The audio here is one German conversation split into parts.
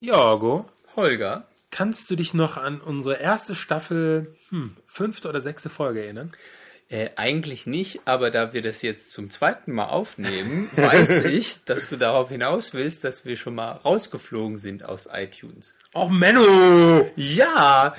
Jorgo, Holger. kannst du dich noch an unsere erste Staffel, 5. oder 6. Folge erinnern? Eigentlich nicht, aber da wir das jetzt zum zweiten Mal aufnehmen, weiß ich, dass du darauf hinaus willst, dass wir schon mal rausgeflogen sind aus iTunes. Och, Menno! Ja,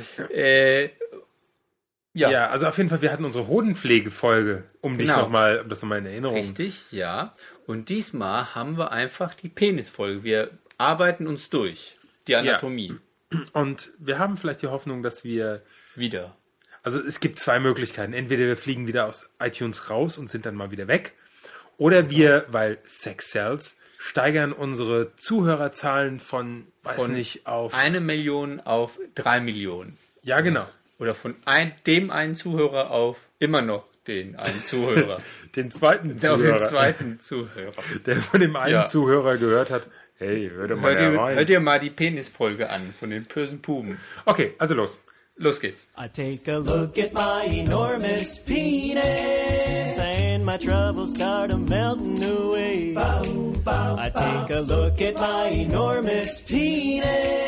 Ja, also auf jeden Fall, wir hatten unsere Hodenpflegefolge, um das nochmal in Erinnerung. Richtig, ja. Und diesmal haben wir einfach die Penisfolge. Wir arbeiten uns durch, die Anatomie. Ja. Und wir haben vielleicht die Hoffnung, dass wir wieder. Also es gibt zwei Möglichkeiten. Entweder wir fliegen wieder aus iTunes raus und sind dann mal wieder weg. Oder wir, weil Sex sells, steigern unsere Zuhörerzahlen von auf 1 Million auf 3 Millionen. Ja, genau. Oder von dem einen Zuhörer auf immer noch den einen Zuhörer. Den zweiten Zuhörer. Der von dem einen Zuhörer gehört hat, hey, hör dir mal die Penisfolge an von den bösen Puben. Okay, also los. Los geht's. I take a look at my enormous penis and my troubles start melting away. I take a look at my enormous penis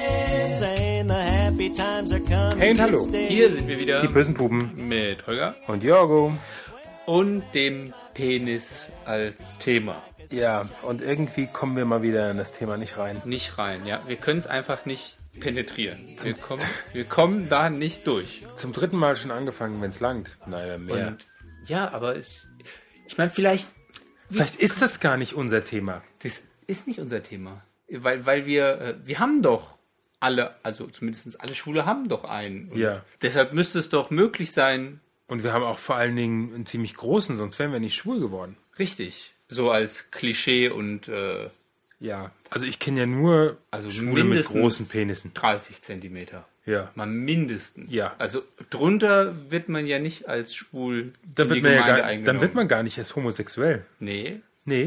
and the happy times are coming. Hey und hallo. Hier sind wir wieder. Die bösen Puben. Mit Holger. Und Jorgo. Und dem Penis als Thema. Ja, und irgendwie kommen wir mal wieder in das Thema nicht rein. Nicht rein, ja. Wir können es einfach nicht penetrieren. Wir kommen da nicht durch. Zum 3. Mal schon angefangen, wenn es langt. Naja, mehr. Und, ja, aber ich meine, vielleicht ist das gar nicht unser Thema. Das ist nicht unser Thema. Weil wir haben doch alle, also zumindest alle Schwule haben doch einen. Und deshalb müsste es doch möglich sein. Und wir haben auch vor allen Dingen einen ziemlich großen, sonst wären wir nicht schwul geworden. Richtig. So als Klischee und ja, also ich kenne ja nur Schwule mit großen Penissen. 30 Zentimeter. Ja. Mal mindestens. Ja. Also drunter wird man ja nicht als schwul dann wird man gar nicht als homosexuell. Nee.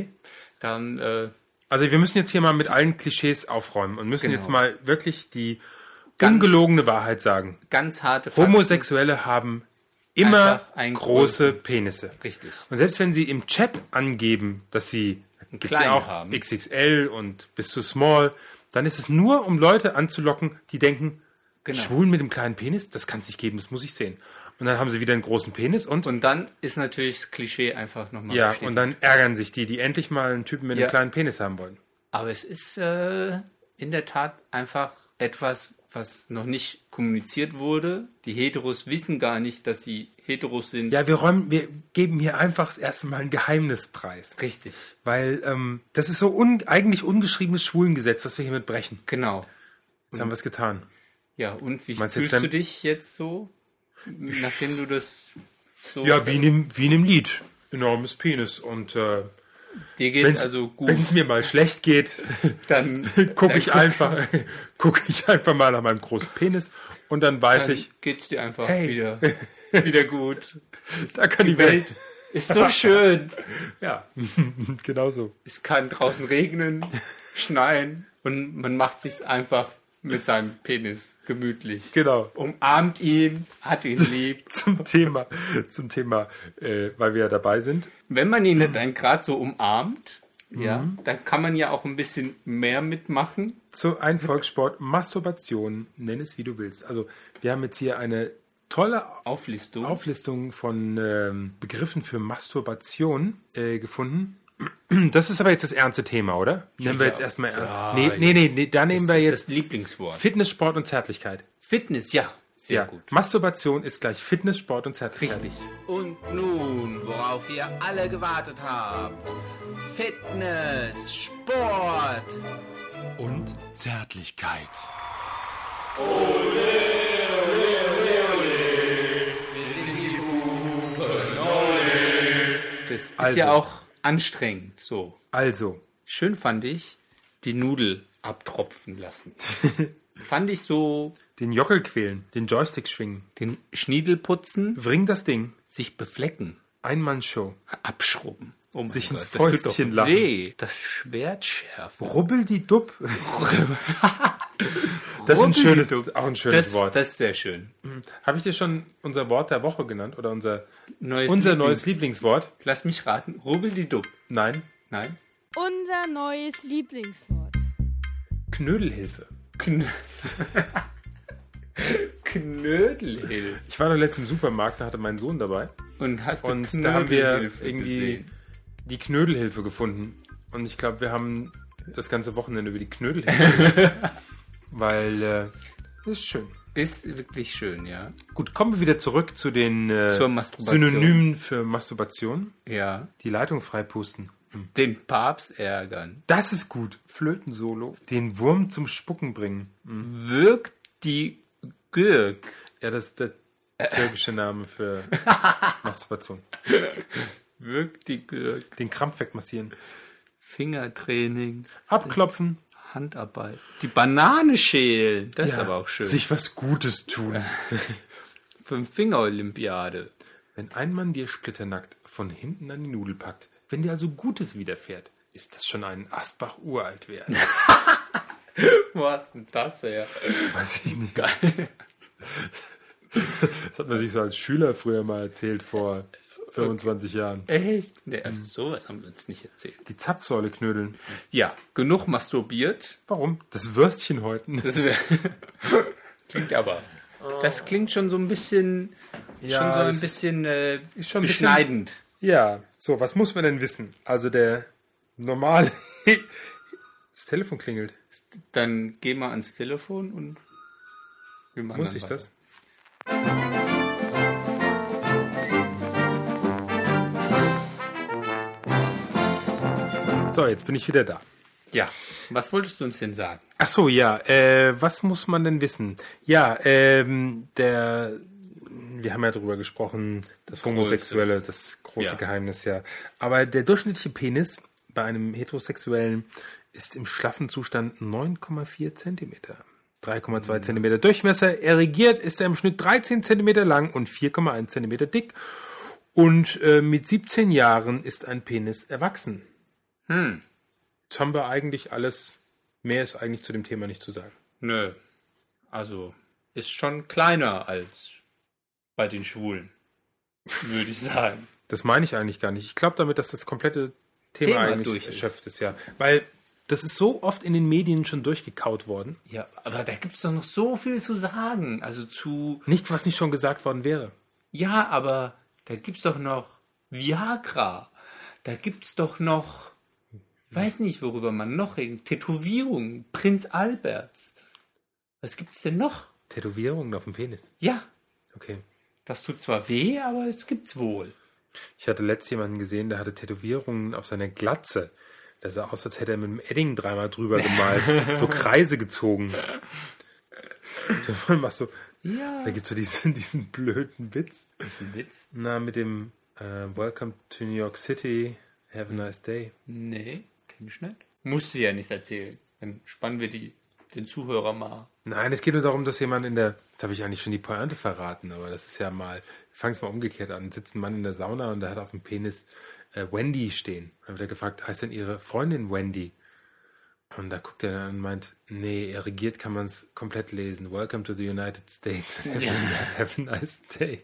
Dann, also wir müssen jetzt hier mal mit allen Klischees aufräumen und müssen jetzt mal wirklich die ungelogene Wahrheit sagen. Ganz harte Fakten. Homosexuelle haben immer große Penisse. Richtig. Und selbst wenn sie im Chat angeben, dass sie gibt's ja auch haben. XXL und bis zu Small, dann ist es nur, um Leute anzulocken, die denken, Schwulen mit einem kleinen Penis, das kann es nicht geben, das muss ich sehen. Und dann haben sie wieder einen großen Penis und dann ist natürlich das Klischee einfach nochmal bestätigt. Und dann ärgern sich die endlich mal einen Typen mit einem kleinen Penis haben wollen. Aber es ist in der Tat einfach etwas, was noch nicht kommuniziert wurde. Die Heteros wissen gar nicht, dass sie Heteros sind. Ja, wir geben hier einfach das erste Mal ein Geheimnis preis. Richtig. Weil das ist so eigentlich ungeschriebenes Schwulengesetz, was wir hiermit brechen. Genau. Jetzt haben wir es getan. Ja, und wie fühlst du dich jetzt so, nachdem du das so... Ja, wie in dem Lied. Enormes Penis. Und dir geht's also gut. Wenn es mir mal schlecht geht, dann gucke ich einfach mal nach meinem großen Penis und dann weiß ich... geht's dir einfach wieder gut. Da kann die Welt... Ist so schön. Ja, genau so. Es kann draußen regnen, schneien und man macht sich einfach mit seinem Penis gemütlich. Genau. Umarmt ihn, hat ihn lieb. Zum Thema, weil wir ja dabei sind. Wenn man ihn dann gerade so umarmt, dann kann man ja auch ein bisschen mehr mitmachen. Ein Volkssport, Masturbation, nenn es wie du willst. Also wir haben jetzt hier eine tolle Auflistung von Begriffen für Masturbation gefunden. Das ist aber jetzt das ernste Thema, oder? Nehmen wir jetzt erstmal... Nee, da nehmen wir jetzt... Das Lieblingswort. Fitness, Sport und Zärtlichkeit. Fitness, ja. Sehr gut. Masturbation ist gleich Fitness, Sport und Zärtlichkeit. Richtig. Und nun, worauf ihr alle gewartet habt. Fitness, Sport und Zärtlichkeit. Ole, ole, ole, ole. Wir sind die Buben, ole. Das ist ja auch anstrengend, so. Also. Schön fand ich, die Nudel abtropfen lassen. Fand ich so... Den Jockel quälen, den Joystick schwingen. Den Schniedel putzen. Wring das Ding. Sich beflecken. Ein-Mann-Show. Abschrubben. Oh mein sich Gott, ins Fäustchen lachen. Weh. Das Schwert schärfen. Rubbel die Dupp. Das ist auch ein schönes Wort. Das ist sehr schön. Habe ich dir schon unser Wort der Woche genannt? Oder unser neues Lieblingswort? Lass mich raten. Rubbel die Dupp. Nein. Unser neues Lieblingswort. Knödelhilfe. Knödelhilfe. Ich war da letztens im Supermarkt, da hatte mein Sohn dabei. Und da haben wir irgendwie die Knödelhilfe gefunden. Und ich glaube, wir haben das ganze Wochenende über die Knödelhilfe. Weil das ist schön. Ist wirklich schön, ja. Gut, kommen wir wieder zurück zu den Synonymen für Masturbation. Ja. Die Leitung freipusten. Den Papst ärgern. Das ist gut. Flötensolo. Den Wurm zum Spucken bringen. Wirkt die Gürk. Ja, das ist der türkische Name für Masturbation. Wirkt die Gürk. Den Krampf wegmassieren. Fingertraining. Abklopfen. Handarbeit. Die Banane schälen. Das ist aber auch schön. Sich was Gutes tun. 5-Finger-Olympiade. Wenn ein Mann dir splitternackt von hinten an die Nudel packt, wenn dir also Gutes widerfährt, ist das schon ein Asbach uralt wert. Wo hast denn das her? Weiß ich nicht. Geil. Das hat man sich so als Schüler früher mal erzählt vor 25 Jahren. Echt? Nee, also sowas haben wir uns nicht erzählt. Die Zapfsäule knödeln. Ja, genug masturbiert. Warum? Das Würstchen häuten. Das klingt aber. Das klingt schon so ein bisschen, beschneidend. Ja, so, was muss man denn wissen? Also der normale... Das Telefon klingelt. Dann geh mal ans Telefon und wir machen Muss ich weiter. Das? So, jetzt bin ich wieder da. Ja, was wolltest du uns denn sagen? Ach so, ja, was muss man denn wissen? Ja, wir haben ja drüber gesprochen, das Homosexuelle, das große Geheimnis, ja. Aber der durchschnittliche Penis bei einem Heterosexuellen ist im schlaffen Zustand 9,4 Zentimeter. 3,2 Zentimeter Durchmesser. Erigiert ist er im Schnitt 13 Zentimeter lang und 4,1 Zentimeter dick. Und mit 17 Jahren ist ein Penis erwachsen. Jetzt haben wir eigentlich alles. Mehr ist eigentlich zu dem Thema nicht zu sagen. Nö. Also ist schon kleiner als bei den Schwulen, würde ich sagen. Das meine ich eigentlich gar nicht. Ich glaube damit, dass das komplette Thema eigentlich erschöpft ist, ja. Weil das ist so oft in den Medien schon durchgekaut worden. Ja, aber da gibt es doch noch so viel zu sagen. Also nichts, was nicht schon gesagt worden wäre. Ja, aber da gibt es doch noch Viagra. Da gibt es doch noch, weiß nicht, worüber man noch redet. Tätowierungen, Prinz Alberts. Was gibt es denn noch? Tätowierungen auf dem Penis? Ja. Okay. Das tut zwar weh, aber es gibt's wohl. Ich hatte letztens jemanden gesehen, der hatte Tätowierungen auf seiner Glatze. Das sah aus, als hätte er mit dem Edding dreimal drüber gemalt. So Kreise gezogen. Machst du, ja. Da gibt es so diesen blöden Witz. Was ist ein Witz? Na, mit dem Welcome to New York City, have a nice day. Nee, kenn ich nicht. Musst du ja nicht erzählen. Dann spannen wir den Zuhörer mal. Nein, es geht nur darum, dass jemand jetzt habe ich eigentlich schon die Pointe verraten, aber das ist ja mal, fang es mal umgekehrt an, sitzt ein Mann in der Sauna und der hat auf dem Penis Wendy stehen. Dann wird er gefragt, heißt denn Ihre Freundin Wendy? Und da guckt er dann an und meint, nee, erigiert kann man es komplett lesen. Welcome to the United States. Have a nice day.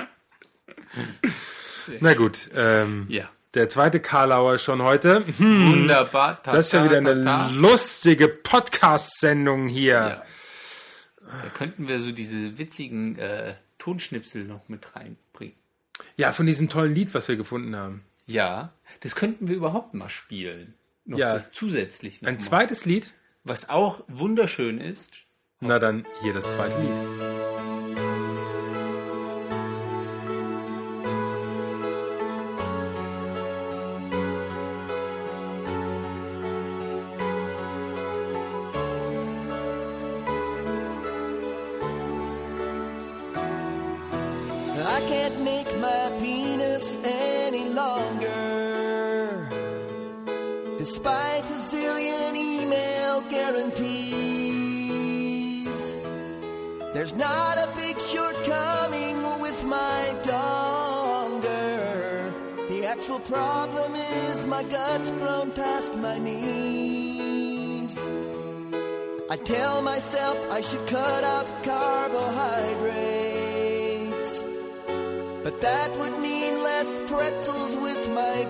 Na gut, ja. Der zweite Karlauer schon heute. Wunderbar. Das ist ja wieder eine lustige Podcast-Sendung hier. Ja. Da könnten wir so diese witzigen Tonschnipsel noch mit reinbringen. Ja, von diesem tollen Lied, was wir gefunden haben. Ja, das könnten wir überhaupt mal spielen. Noch ja, das zusätzlich noch ein zweites Lied. Was auch wunderschön ist. Na dann, hier das zweite Lied. I can't make my penis any longer, despite a zillion email guarantees. There's not a big shortcoming with my donger. The actual problem is my gut's grown past my knees. I tell myself I should cut out carbohydrates, but that would mean less pretzels with my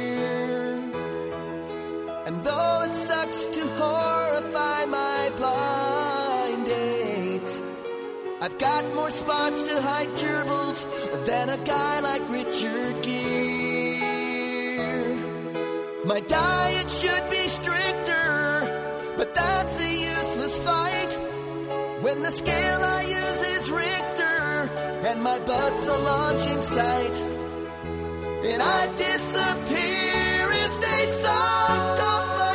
beer. And though it sucks to horrify my blood, I've got more spots to hide gerbils than a guy like Richard Gere. My diet should be stricter, but that's a useless fight when the scale I use is Richter and my butt's a launching site. And I'd disappear if they sucked off my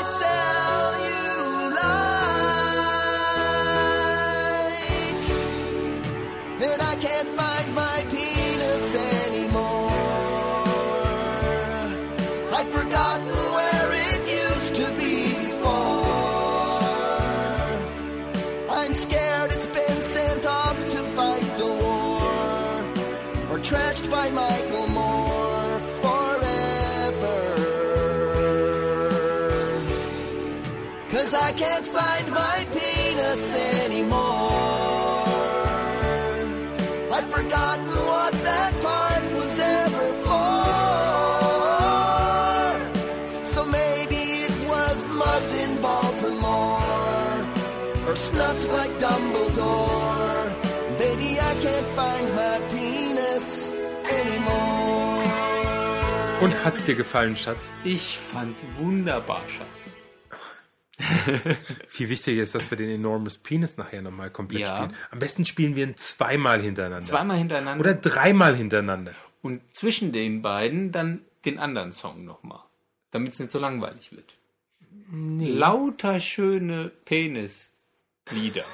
cellulite. And I can't find my penis anymore. I've forgotten where it used to be before. I'm scared it's been sent off to fight the war, or trashed by Michael Moore forever. 'Cause I can't find my penis anymore. I've forgotten what that part was ever for. So maybe it was mugged in Baltimore, or snuffed like Dumbledore. Baby, I can't find my penis anymore. Und hat's dir gefallen, Schatz? Ich fand's wunderbar, Schatz. Viel wichtiger ist, dass wir den Enormous Penis nachher nochmal komplett Ja. spielen. Am besten spielen wir ihn zweimal hintereinander. Zweimal hintereinander. Oder dreimal hintereinander. Und zwischen den beiden dann den anderen Song nochmal. Damit es nicht so langweilig wird. Nee. Lauter schöne Penislieder.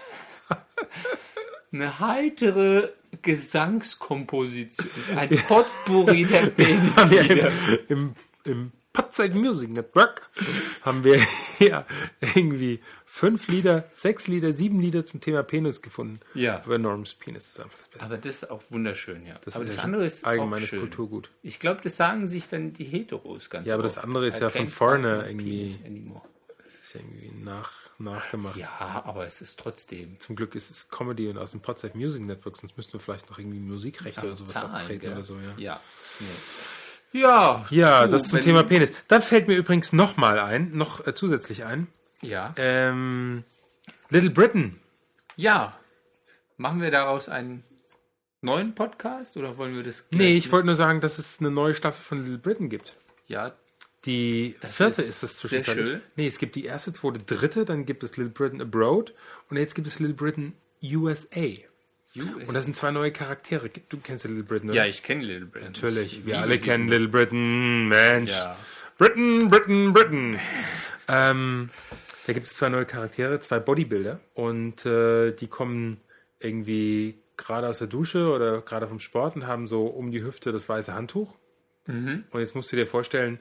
Eine heitere Gesangskomposition. Ein Potpourri der Penislieder. Im Podside Music Network haben wir ja irgendwie 5 Lieder, 6 Lieder, 7 Lieder zum Thema Penis gefunden. Ja. Aber Enormous Penis ist einfach das Beste. Aber das ist auch wunderschön, ja. Das aber ist das ja andere ist allgemeines auch schön. Kulturgut. Ich glaube, das sagen sich dann die Heteros ganz Ja, aber oft. das andere ist I ja von can't Foreigner find my irgendwie- penis anymore. Ist ja irgendwie nachgemacht. Ja, aber es ist trotzdem Zum Glück ist es Comedy und aus dem Podside Music Network, sonst müssten wir vielleicht noch irgendwie Musikrechte oder sowas Zahlen, abtreten gell? oder so, ja. Ja. Nee. Ja, Ja, du, das zum wenn- Thema Penis. Dann fällt mir übrigens noch zusätzlich ein. Ja. Little Britain. Ja. Machen wir daraus einen neuen Podcast oder wollen wir das? Nee, ich wollte nur sagen, dass es eine neue Staffel von Little Britain gibt. Ja, Die Das vierte ist ist es sehr zwischenzeitlich. schön. Nee, es gibt die erste, zweite, dritte, dann gibt es Little Britain Abroad und jetzt gibt es Little Britain USA. Und das sind 2 neue Charaktere. Du kennst Little Britain, oder? ja, ich kenne Little Britain. Natürlich. Ich Wir liebe alle die. kennen Little Britain. Mensch. Ja. Britain. Da gibt es 2 neue Charaktere, 2 Bodybuilder und die kommen irgendwie gerade aus der Dusche oder gerade vom Sport und haben so um die Hüfte das weiße Handtuch. Und jetzt musst du dir vorstellen,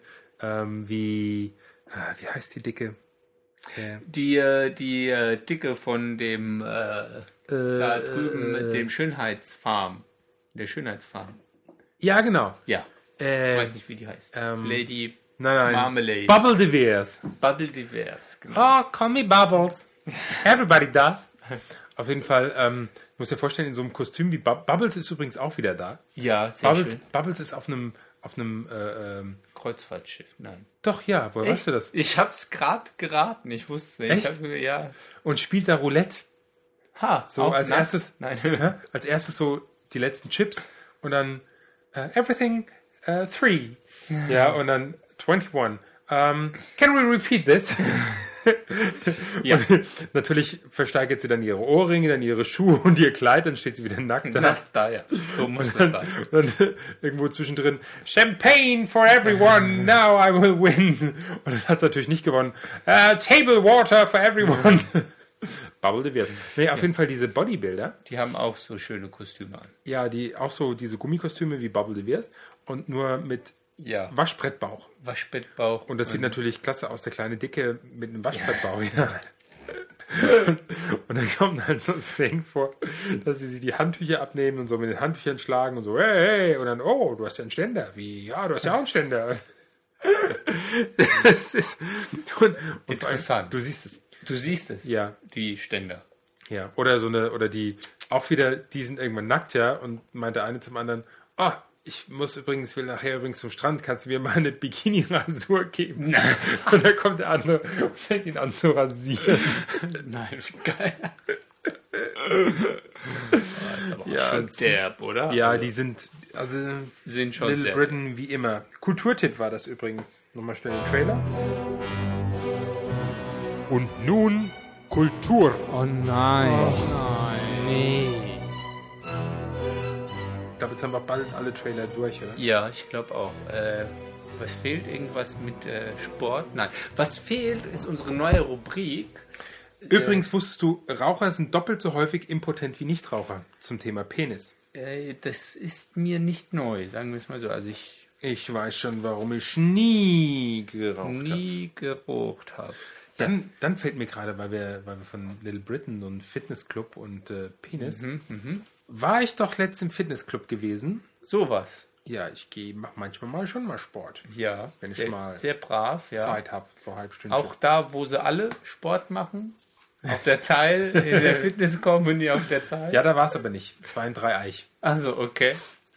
wie heißt die Dicke? Die Dicke von dem da drüben mit dem Schönheitsfarm. Der Schönheitsfarm. Ja, genau. Ja. Ich weiß nicht, wie die heißt. Lady Nein. Marmalade. Bubble de Beers. Bubble Divers, genau. Oh, call me Bubbles. Everybody does. Auf jeden Fall, du musst dir vorstellen, in so einem Kostüm wie Bubbles ist übrigens auch wieder da. Ja, sehr schön. Bubbles ist auf einem Kreuzfahrtschiff, nein. doch, ja, woher weißt du das? Ich hab's gerade geraten, ich wusste nicht. Echt? Ja. Und spielt da Roulette. Ha, So auch als nackt? erstes, Nein. als erstes so die letzten Chips und dann everything 3. Ja, und dann 21. Can we repeat this? Ja. Und natürlich versteigert sie dann ihre Ohrringe, dann ihre Schuhe und ihr Kleid, dann steht sie wieder nackt da. Nackt da, ja. So muss das sein. Und dann irgendwo zwischendrin Champagne for everyone, now I will win. Und das hat sie natürlich nicht gewonnen. Table water for everyone. Bubble de Beers. Nee, auf jeden Fall diese Bodybuilder. Die haben auch so schöne Kostüme an. Ja, die auch so diese Gummikostüme wie Bubble de Beers und nur mit Ja. Waschbrettbauch. Waschbettbauch. Und das sieht natürlich klasse aus, der kleine Dicke mit einem Waschbrettbauch. Ja. Und dann kommen halt so Szenen vor, dass sie sich die Handtücher abnehmen und so mit den Handtüchern schlagen und so, hey, und dann, oh, du hast ja einen Ständer. Wie? Ja, du hast ja auch einen Ständer. Das ist und Interessant. Du siehst es. Du siehst es. Ja. Die Ständer. Ja. Oder die auch wieder, die sind irgendwann nackt, ja, und meint der eine zum anderen, oh, will nachher übrigens zum Strand, kannst du mir mal eine Bikini-Rasur geben? Und dann kommt der andere und fängt ihn an zu rasieren. Nein, wie geil. ist aber auch schon derb, oder? Ja, also, die sind schon Little sehr Britain wie immer. Kulturtipp war das übrigens. Nochmal schnell den Trailer. Und nun Kultur. Oh nein. Nee. Ich glaube, jetzt haben wir bald alle Trailer durch, oder? Ja, ich glaube auch. Was fehlt? Irgendwas mit Sport? Nein. Was fehlt, ist unsere neue Rubrik. Übrigens wusstest du, Raucher sind doppelt so häufig impotent wie Nichtraucher zum Thema Penis. Das ist mir nicht neu, sagen wir es mal so. Also Ich weiß schon, warum ich nie geraucht habe. Dann fällt mir gerade, weil wir von Little Britain und Fitnessclub und Penis, war ich doch letzt im Fitnessclub gewesen. Sowas. Ja, ich mache manchmal schon mal Sport. Ja, wenn sehr, ich mal sehr brav, ja. Zeit habe, so halbstündlich. Auch da, wo sie alle Sport machen, auf der Zeil, in der Fitness Company auf der Zeil. Ja, da war es aber nicht. Es war in Dreieich. Also okay.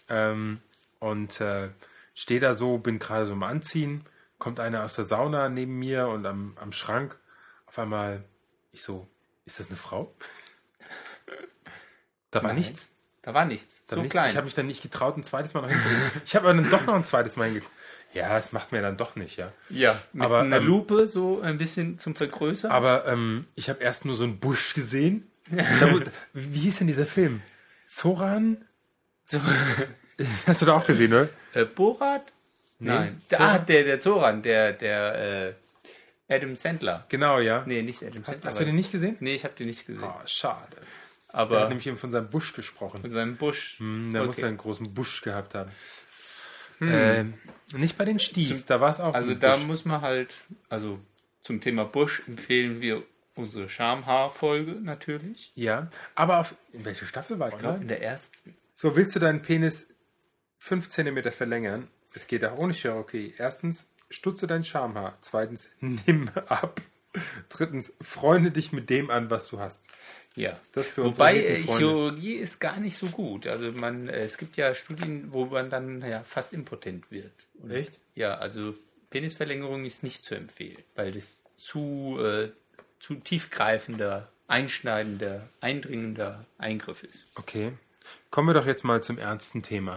Stehe da so, bin gerade so am Anziehen, kommt einer aus der Sauna neben mir und am Schrank. Auf einmal, ich so, ist das eine Frau? Da war nichts. Da war nichts. So klein. Ich habe mich dann nicht getraut, ein zweites Mal noch hinzugucken. Ich habe aber dann doch noch ein zweites Mal hingeguckt. Ja, es macht mir dann doch nicht, ja. Ja, mit einer Lupe so ein bisschen zum Vergrößern. Aber ich habe erst nur so einen Busch gesehen. Wie hieß denn dieser Film? Soran? Hast du da auch gesehen, oder? Borat? Nein. Der Zoran, der Adam Sandler. Genau, ja. Nee, nicht Adam Sandler. Hast du den nicht gesehen? Nee, ich habe den nicht gesehen. Oh, schade. Aber er hat nämlich eben von seinem Busch gesprochen. Von seinem Busch? Der muss einen großen Busch gehabt haben. Nicht bei den Sties, da war es auch. Also da muss man halt, also zum Thema Busch empfehlen wir unsere Schamhaar-Folge natürlich. Ja, aber in welcher Staffel war das? In der ersten. So, willst du deinen Penis 5 cm verlängern? Es geht auch ohne Cherokee. Erstens, stutze dein Schamhaar. Zweitens, nimm ab. Drittens, freunde dich mit dem an, was du hast. Ja, das für uns. Wobei Chirurgie ist gar nicht so gut. Also es gibt ja Studien, wo man dann fast impotent wird. Und echt? Ja, also Penisverlängerung ist nicht zu empfehlen, weil das zu tiefgreifender, einschneidender, eindringender Eingriff ist. Okay. Kommen wir doch jetzt mal zum ernsten Thema.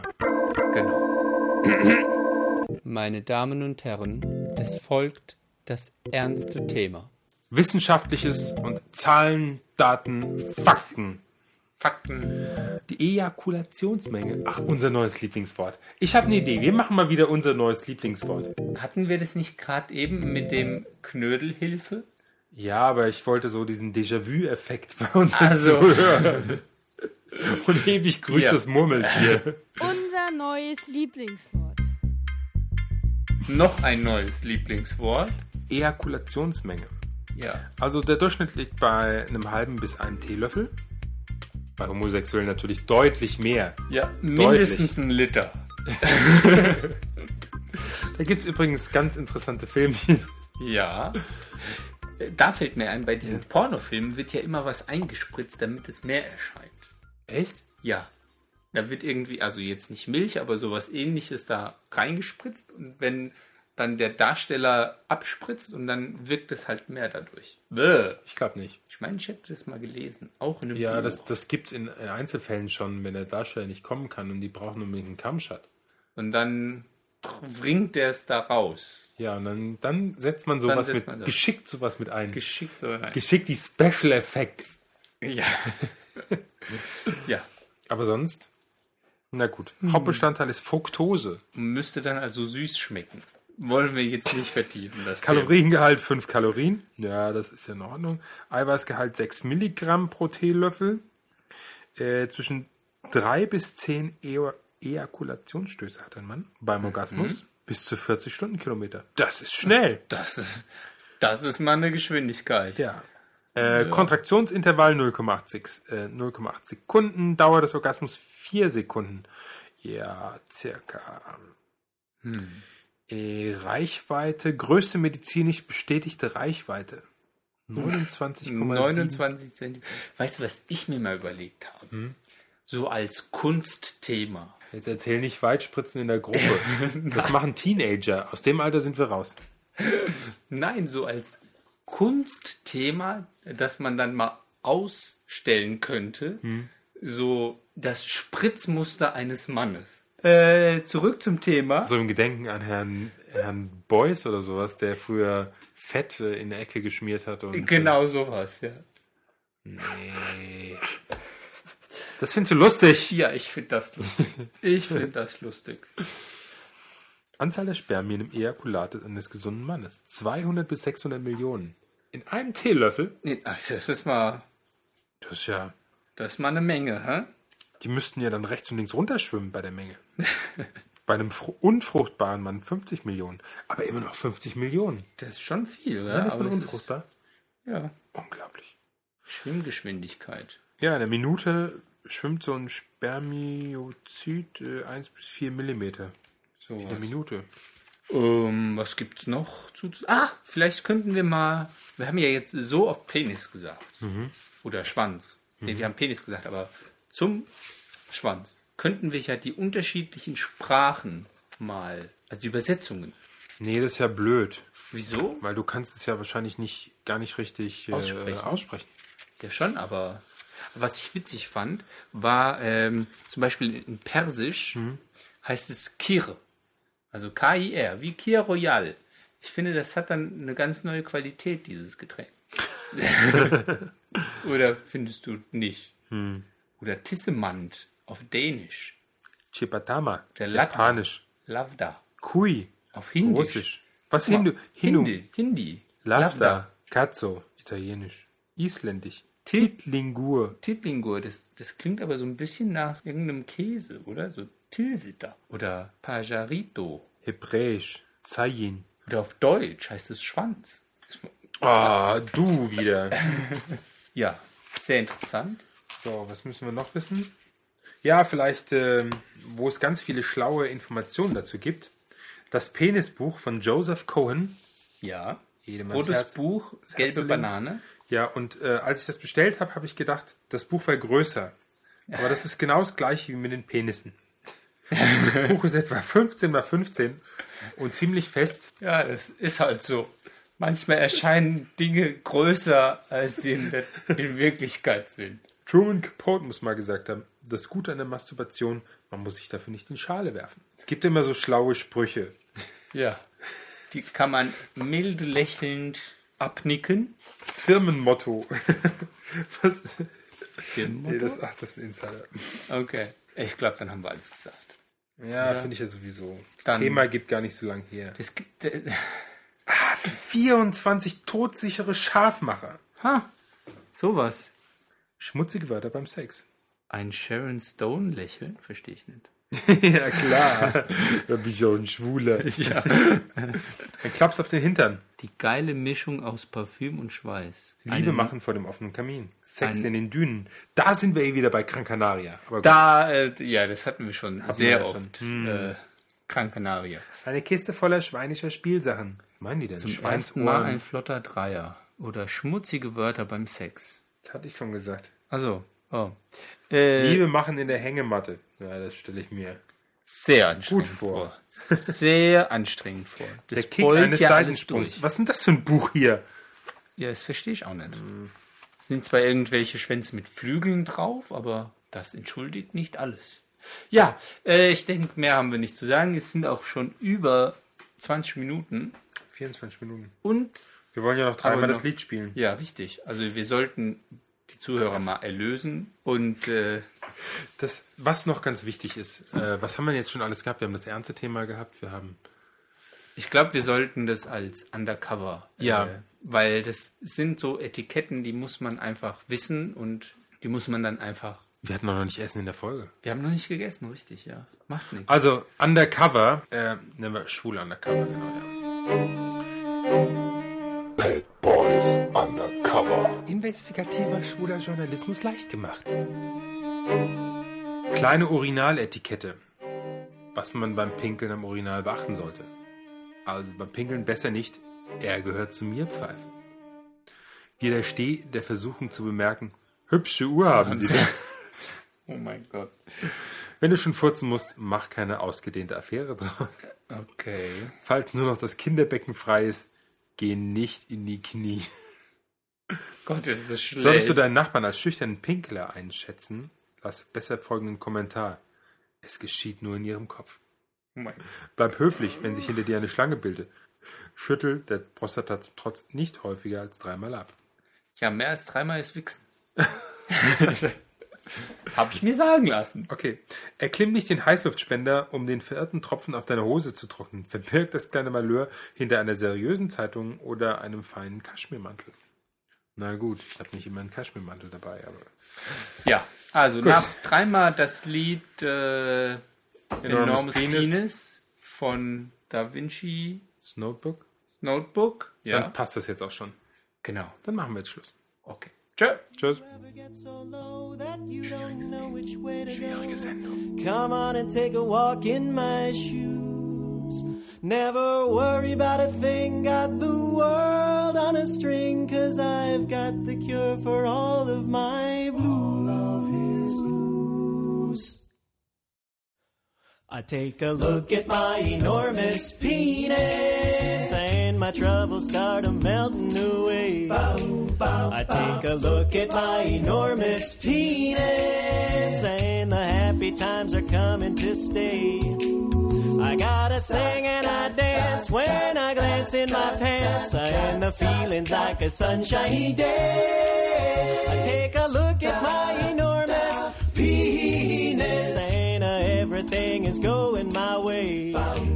Genau. Meine Damen und Herren, es folgt das ernste Thema. Wissenschaftliches und Zahlen, Daten, Fakten. Die Ejakulationsmenge. Ach, unser neues Lieblingswort. Ich habe eine Idee. Wir machen mal wieder unser neues Lieblingswort. Hatten wir das nicht gerade eben mit dem Knödelhilfe? Ja, aber ich wollte so diesen Déjà-vu-Effekt bei uns hören. Und ewig grüßt das Murmeltier. Unser neues Lieblingswort. Noch ein neues Lieblingswort. Ejakulationsmenge. Ja. Also der Durchschnitt liegt bei einem halben bis einem Teelöffel. Bei Homosexuellen natürlich deutlich mehr. Ja, mindestens ein Liter. Da gibt es übrigens ganz interessante Filmchen. Ja. Da fällt mir ein, bei diesen Pornofilmen wird ja immer was eingespritzt, damit es mehr erscheint. Echt? Ja. Da wird irgendwie, also jetzt nicht Milch, aber sowas Ähnliches da reingespritzt. Und wenn dann der Darsteller abspritzt und dann wirkt es halt mehr dadurch. Ich glaube nicht. Ich meine, ich hätte das mal gelesen. Auch in einem Ja, Buch. das gibt es in Einzelfällen schon, wenn der Darsteller nicht kommen kann und die brauchen unbedingt einen Kamschat. Und dann bringt der es da raus. Ja, und dann setzt man sowas geschickt sowas mit ein. Geschickt so rein. Geschickt die Special Effects. Ja. Ja. Aber sonst? Na gut. Hauptbestandteil ist Fructose. Müsste dann also süß schmecken. Wollen wir jetzt nicht vertiefen. Das Kaloriengehalt 5 Kalorien. Ja, das ist ja in Ordnung. Eiweißgehalt 6 Milligramm pro Teelöffel. Zwischen 3 bis 10 Ejakulationsstöße hat ein Mann beim Orgasmus. Bis zu 40 Stundenkilometer. Das ist schnell. Das ist mal eine Geschwindigkeit. Ja. Kontraktionsintervall 0,8 Sekunden. Dauer des Orgasmus 4 Sekunden. Ja, circa. Reichweite, größte medizinisch bestätigte Reichweite. 29,7 cm. Weißt du, was ich mir mal überlegt habe? So als Kunstthema. Jetzt erzähl nicht Weitspritzen in der Gruppe. Das machen Teenager. Aus dem Alter sind wir raus. Nein, so als Kunstthema, dass man dann mal ausstellen könnte, so das Spritzmuster eines Mannes. Zurück zum Thema. So im Gedenken an Herrn Beuys oder sowas, der früher Fett in der Ecke geschmiert hat. Und Genau sowas, ja. Nee. Das findest du lustig. Ja, ich finde das lustig. Ich finde das lustig. Anzahl der Spermien im Ejakulat eines gesunden Mannes. 200 bis 600 Millionen. In einem Teelöffel? Also das ist mal Das ist eine Menge, hä? Die müssten ja dann rechts und links runterschwimmen bei der Menge. Bei einem unfruchtbaren Mann 50 Millionen. Aber immer noch 50 Millionen. Das ist schon viel, Dann ja. ist man unfruchtbar. Ja. Unglaublich. Schwimmgeschwindigkeit. Ja, in der Minute schwimmt so ein Spermiozid 1 bis 4 Millimeter. So In der Minute. Was gibt's noch? Vielleicht könnten wir mal... Wir haben ja jetzt so oft Penis gesagt. Oder Schwanz. Nee, wir haben Penis gesagt, aber zum Schwanz könnten wir ja die unterschiedlichen Sprachen mal, also die Übersetzungen. Nee, das ist ja blöd. Wieso? Weil du kannst es ja wahrscheinlich gar nicht richtig aussprechen. Ja schon, aber was ich witzig fand, war zum Beispiel in Persisch heißt es Kir. Also K-I-R, wie Kir Royal. Ich finde, das hat dann eine ganz neue Qualität, dieses Getränk. Oder findest du nicht? Oder Tissemand auf Dänisch. Chipatama. Der Japanisch. Lavda. Kui. Auf Hindisch. Russisch. Was Hindu? Hindi. Lavda. Cazzo. Italienisch. Isländisch. Titlingur. Titlingur, das klingt aber so ein bisschen nach irgendeinem Käse, oder? So Tilsiter. Oder Pajarito. Hebräisch. Zayin. Oder auf Deutsch heißt es Schwanz. Du wieder. Ja, sehr interessant. So, was müssen wir noch wissen? Ja, vielleicht, wo es ganz viele schlaue Informationen dazu gibt. Das Penisbuch von Joseph Cohen. Ja. Jedemanns Rotes Herz- Buch, Herz gelbe zu legen. Banane. Ja, und als ich das bestellt habe, habe ich gedacht, das Buch wäre größer. Aber das ist genau das gleiche wie mit den Penissen. Das Buch ist etwa 15 mal 15 und ziemlich fest. Ja, das ist halt so. Manchmal erscheinen Dinge größer, als sie in Wirklichkeit sind. Truman Capote muss mal gesagt haben, das Gute an der Masturbation, man muss sich dafür nicht in Schale werfen. Es gibt immer so schlaue Sprüche. Ja. Die kann man milde lächelnd abnicken. Firmenmotto. Was? Firmenmotto? Nee, das ist ein Insider. Okay. Ich glaube, dann haben wir alles gesagt. Ja, finde ich ja sowieso. Das Dann- Thema geht gar nicht so lang her. Es gibt, 24 todsichere Scharfmacher. sowas. Schmutzige Wörter beim Sex. Ein Sharon Stone lächeln? Verstehe ich nicht. Ja, klar. Da bist du auch ein Schwuler. Ja. Dann klappst auf den Hintern. Die geile Mischung aus Parfüm und Schweiß. Liebe machen vor dem offenen Kamin. Sex in den Dünen. Da sind wir wieder bei Gran Canaria. Aber gut. Ja, das hatten wir schon wir sehr ja oft. Gran Canaria. Eine Kiste voller schweinischer Spielsachen. Was meinen die denn? Zum ersten Mal ein flotter Dreier. Oder schmutzige Wörter beim Sex. Das hatte ich schon gesagt. Also, Liebe machen in der Hängematte. Ja, das stelle ich mir sehr anstrengend gut vor. Sehr anstrengend vor. Das Der Kick beult eines ja alles Seitensprungs. durch. Was ist denn das für ein Buch hier? Ja, das verstehe ich auch nicht. Es sind zwar irgendwelche Schwänze mit Flügeln drauf, aber das entschuldigt nicht alles. Ja, ich denke, mehr haben wir nicht zu sagen. Es sind auch schon über 20 Minuten. 24 Minuten. Und, Wir wollen ja noch dreimal Aber das noch- Lied spielen. ja, richtig. Also wir sollten die Zuhörer mal erlösen. Und Das, was noch ganz wichtig ist, was haben wir jetzt schon alles gehabt? Wir haben das ernste Thema gehabt. Wir haben ich glaube, wir sollten das als Undercover. Ja. Weil das sind so Etiketten, die muss man einfach wissen und die muss man dann einfach... wir hatten noch nicht Essen in der Folge. Wir haben noch nicht gegessen, richtig, ja. Macht nichts. Also Undercover, nennen wir schwule Undercover, genau, ja. Bad Boys Undercover. Investigativer schwuler Journalismus leicht gemacht. Kleine Urinaletikette. Was man beim Pinkeln am Urinal beachten sollte. Also beim Pinkeln besser nicht, er gehört zu mir pfeifen. Widersteh der Versuchung zu bemerken, hübsche Uhr haben Sie denn? Oh mein Gott. Wenn du schon furzen musst, mach keine ausgedehnte Affäre draus. Okay. Falls nur noch das Kinderbecken frei ist, geh nicht in die Knie. Gott, ist das schlecht. Solltest du deinen Nachbarn als schüchternen Pinkler einschätzen, lass besser folgenden Kommentar. Es geschieht nur in ihrem Kopf. Bleib höflich, wenn sich hinter dir eine Schlange bildet. Schüttel der Prostata trotz nicht häufiger als 3-mal ab. Ja, mehr als 3-mal ist Wichsen. Hab ich mir sagen lassen. Okay. Erklimm nicht den Heißluftspender, um den verirrten Tropfen auf deiner Hose zu trocknen. Verbirg das kleine Malheur hinter einer seriösen Zeitung oder einem feinen Kaschmirmantel. Na gut, ich habe nicht immer einen Kaschmirmantel dabei, aber... Ja, also gut. Nach 3-mal das Lied Enormous Penis von Da Vinci Notebook. Ja. Dann passt das jetzt auch schon. Genau. Dann machen wir jetzt Schluss. Okay. Tschüss. Schwierige Sendung. Come on and take a walk in my shoes. Never worry about a thing. Got the world on a string. 'Cause I've got the cure for all of my blues. I take a look at my enormous penis, and my troubles start melting away. I take a look at my enormous penis, and the happy times are coming to stay. I gotta sing and I dance when I glance in my pants, and the feeling's like a sunshiny day. I take a look at my enormous penis, and everything is going my way.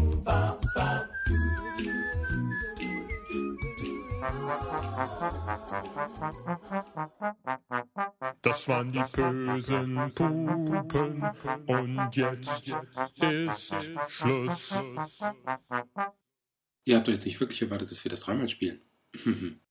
Das waren die bösen Pupen und jetzt ist Schluss. Ihr habt doch jetzt nicht wirklich erwartet, dass wir das 3-mal spielen.